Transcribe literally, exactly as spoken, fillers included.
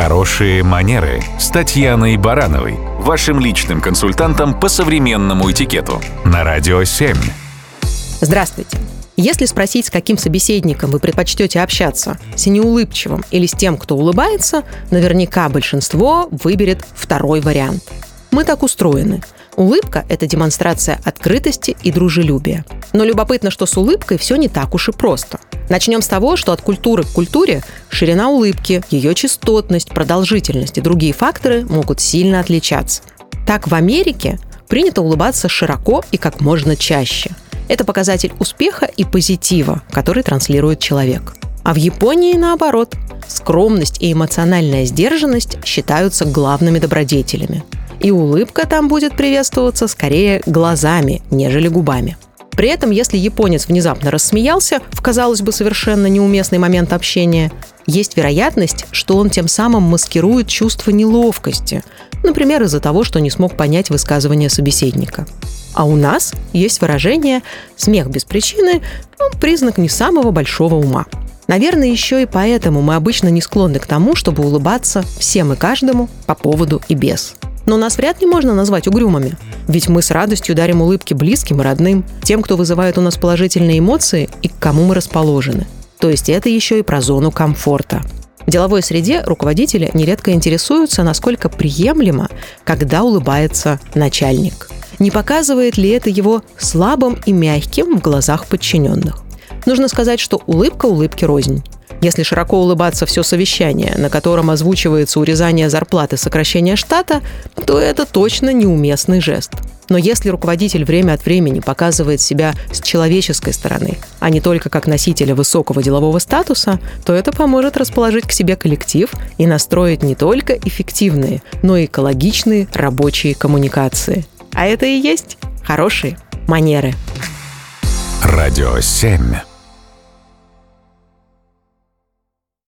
Хорошие манеры с Татьяной Барановой, вашим личным консультантом по современному этикету на Радио семь. Здравствуйте. Если спросить, с каким собеседником вы предпочтете общаться, с неулыбчивым или с тем, кто улыбается, наверняка большинство выберет второй вариант. Мы так устроены. Улыбка – это демонстрация открытости и дружелюбия. Но любопытно, что с улыбкой все не так уж и просто. Начнем с того, что от культуры к культуре ширина улыбки, ее частотность, продолжительность и другие факторы могут сильно отличаться. Так, в Америке принято улыбаться широко и как можно чаще. Это показатель успеха и позитива, который транслирует человек. А в Японии наоборот. Скромность и эмоциональная сдержанность считаются главными добродетелями. И улыбка там будет приветствоваться скорее глазами, нежели губами. При этом, если японец внезапно рассмеялся в, казалось бы, совершенно неуместный момент общения, есть вероятность, что он тем самым маскирует чувство неловкости, например, из-за того, что не смог понять высказывание собеседника. А у нас есть выражение «смех без причины» – ну, признак не самого большого ума. Наверное, еще и поэтому мы обычно не склонны к тому, чтобы улыбаться всем и каждому по поводу и без. Но нас вряд ли можно назвать угрюмыми. Ведь мы с радостью дарим улыбки близким и родным, тем, кто вызывает у нас положительные эмоции и к кому мы расположены. То есть это еще и про зону комфорта. В деловой среде руководители нередко интересуются, насколько приемлемо, когда улыбается начальник. Не показывает ли это его слабым и мягким в глазах подчиненных? Нужно сказать, что улыбка улыбке рознь. Если широко улыбаться все совещание, на котором озвучивается урезание зарплаты, сокращение штата, то это точно неуместный жест. Но если руководитель время от времени показывает себя с человеческой стороны, а не только как носителя высокого делового статуса, то это поможет расположить к себе коллектив и настроить не только эффективные, но и экологичные рабочие коммуникации. А это и есть хорошие манеры. Радио семь.